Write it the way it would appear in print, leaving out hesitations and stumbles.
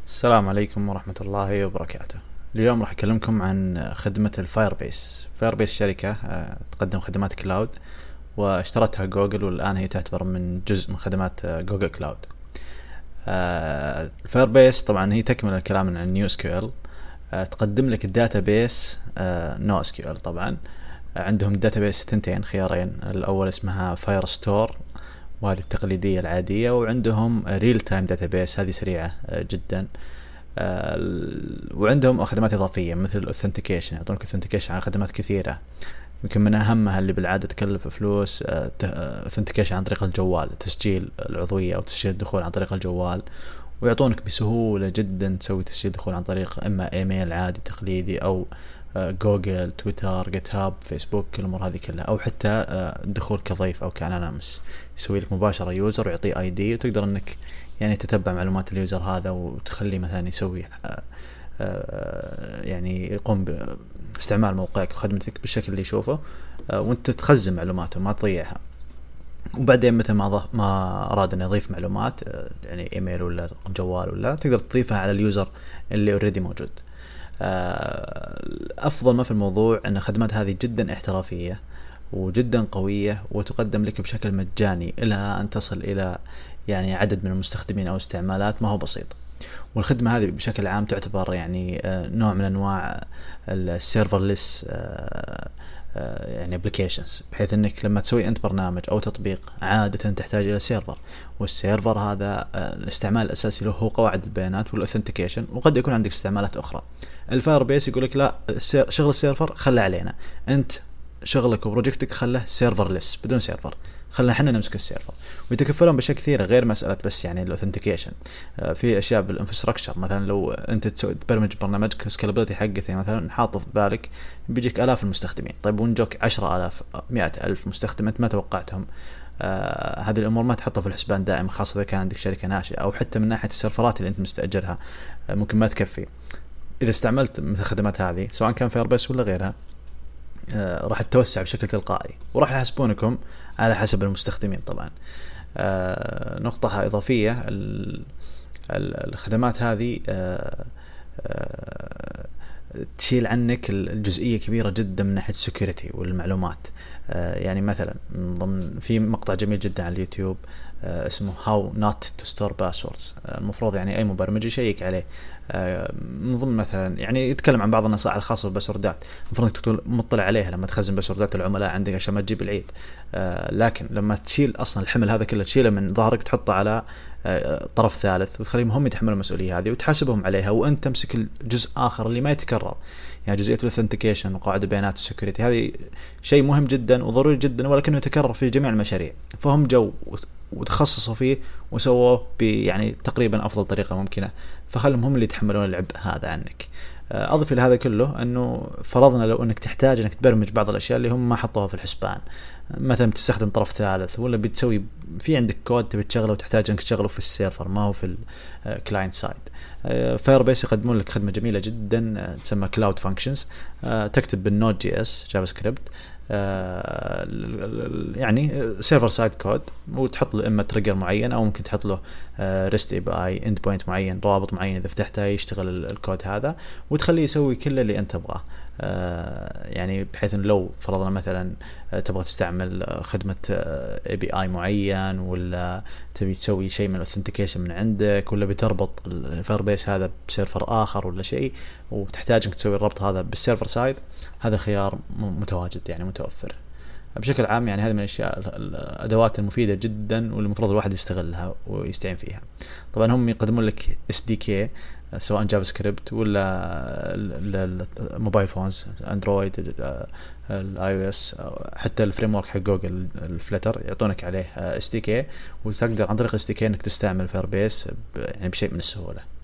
السلام عليكم ورحمة الله وبركاته. اليوم راح أكلمكم عن خدمة الفايربيس. فايربيس شركة تقدم خدمات كلاود، واشترتها جوجل، والآن هي تعتبر من جزء من خدمات جوجل كلاود. الفايربيس طبعا هي تكمل الكلام عن نيو سكيول. تقدم لك الداتابيس نو سكيول. طبعا عندهم الداتابيس ثنتين خيارين، الأول اسمها فاير ستور وهذه التقليدية العادية، وعندهم ريل تايم داتابيس هذه سريعة جدا. وعندهم خدمات إضافية مثل الأوثنتيكيشن، يعطونك أوثنتيكيشن على خدمات كثيرة، يمكن من أهمها اللي بالعادة تكلف فلوس أوثنتيكيشن عن طريق الجوال، تسجيل العضوية أو تسجيل الدخول عن طريق الجوال، ويعطونك بسهولة جدا تسوي تسجيل دخول عن طريق إما إيميل عادي تقليدي أو جوجل، تويتر، جيت هاب، فيسبوك، الأمور هذه كلها، أو حتى الدخول كضيف أو كأنونيمس، يسوي لك مباشرة يوزر ويعطيه اي دي، وتقدر انك يعني تتبع معلومات اليوزر هذا، وتخليه مثلا يسوي يعني يقوم باستعمال موقعك وخدمتك بالشكل اللي يشوفه، وانت تخزن معلوماته ما تضيعها. وبعدين متى ما أراد أن يضيف معلومات، يعني إيميل ولا جوال ولا، تقدر تضيفها على اليوزر اللي اوريدي موجود. أفضل ما في الموضوع أن الخدمات هذه جدا احترافية وجدا قوية، وتقدم لك بشكل مجاني إلى أن تصل إلى يعني عدد من المستخدمين أو استعمالات ما هو بسيط. والخدمة هذه بشكل عام تعتبر يعني نوع من أنواع السيرفرلس يعني ابليكيشنز، بحيث انك لما تسوي انت برنامج او تطبيق عادة تحتاج الى سيرفر، والسيرفر هذا الاستعمال الاساسي له هو قواعد البيانات والاوثنتيكيشن، وقد يكون عندك استعمالات اخرى. الفاير بيس يقول لك لا، شغل السيرفر خله علينا، انت شغلك وبروجكتك خله سيرفرلس بدون سيرفر، خلنا احنا نمسك السيرفر. ويتكفلون باشياء كثيره غير مساله بس يعني الاوثنتيكيشن. في اشياء بالانفراستراكشر، مثلا لو انت تبرمج برنامجك سكيلابيلتي حقته مثلا حاطه في بالك بيجيك الاف المستخدمين، طيب ونجوك 10,000 100,000 مستخدم انت ما توقعتهم، هذه الامور ما تحطها في الحسبان دائما، خاصه اذا كان عندك شركه ناشئه، او حتى من ناحيه السيرفرات اللي انت مستاجرها ممكن ما تكفي. اذا استعملت مثل الخدمات هذه سواء كان فايربيس ولا غيرها، راح تتوسع بشكل تلقائي، وراح يحاسبونكم على حسب المستخدمين طبعا. نقطة إضافية، الخدمات هذه تشيل عنك الجزئية كبيرة جدا من ناحية السكيورتي والمعلومات. يعني مثلا ضمن في مقطع جميل جدا على اليوتيوب اسمه How Not to Store Passwords، المفروض يعني أي مبرمج يشيك عليه. من ضمن مثلا يعني يتكلم عن بعض النصائح الخاصة بالباسوردات، المفروض انك تكون مطلع عليها لما تخزن باسوردات العملاء عندك عشان ما تجيب العيد. لكن لما تشيل اصلا الحمل هذا كله، تشيله من ظهرك تحطه على طرف ثالث، وتخليهم هم يتحملوا المسؤولية هذه وتحاسبهم عليها، وانت تمسك الجزء آخر اللي ما يتكرر، يعني جزئية الاوثنتيكيشن وقواعد البيانات والسكيورتي، هذه شيء مهم جدا وضروري جدا، ولكنه يتكرر في جميع المشاريع، فهم جو وتخصصوا فيه وسووه يعني تقريبا افضل طريقه ممكنه، فخلهم هم اللي يتحملون العبء هذا عنك. اضف الى هذا كله انه فرضنا لو انك تحتاج انك تبرمج بعض الاشياء اللي هم ما حطوها في الحسبان، مثلا بتستخدم طرف ثالث، ولا بتسوي في عندك كود تبي تشغله وتحتاج انك تشغله في السيرفر ما هو في الكلاينت سايد، فايربيس يقدمون لك خدمه جميله جدا تسمى كلاود فانكشنز. تكتب بالنود جي اس جافا سكريبت، يعني سيرفر سايد كود، وتحط له اما تريجر معين او ممكن تحط له ريست اي بي اي اند بوينت معين، رابط معين اذا فتحته يشتغل الكود هذا، وتخليه يسوي كل اللي انت تبغاه. يعني بحيث انه لو فرضنا مثلا تبغى تستعمل خدمه اي بي اي معين، ولا تبي تسوي شيء من الاوثنتيكيشن من عندك، ولا بتربط الفايربيس هذا بسيرفر اخر ولا شيء، وتحتاج انك تسوي الربط هذا بالسيرفر سايد، هذا خيار متواجد يعني متوفر. بشكل عام يعني هذه من الاشياء الادوات المفيده جدا، واللي المفروض الواحد يستغلها ويستعين فيها. طبعا هم يقدمون لك اس دي كي سواء جافا سكريبت ولا الموبايل فونز اندرويد، الاي او اس، حتى الفريم ورك حق جوجل الفلتر يعطونك عليه اس دي كي، وتقدر عن طريق اس دي كي انك تستعمل فايربيس يعني بشيء من السهوله.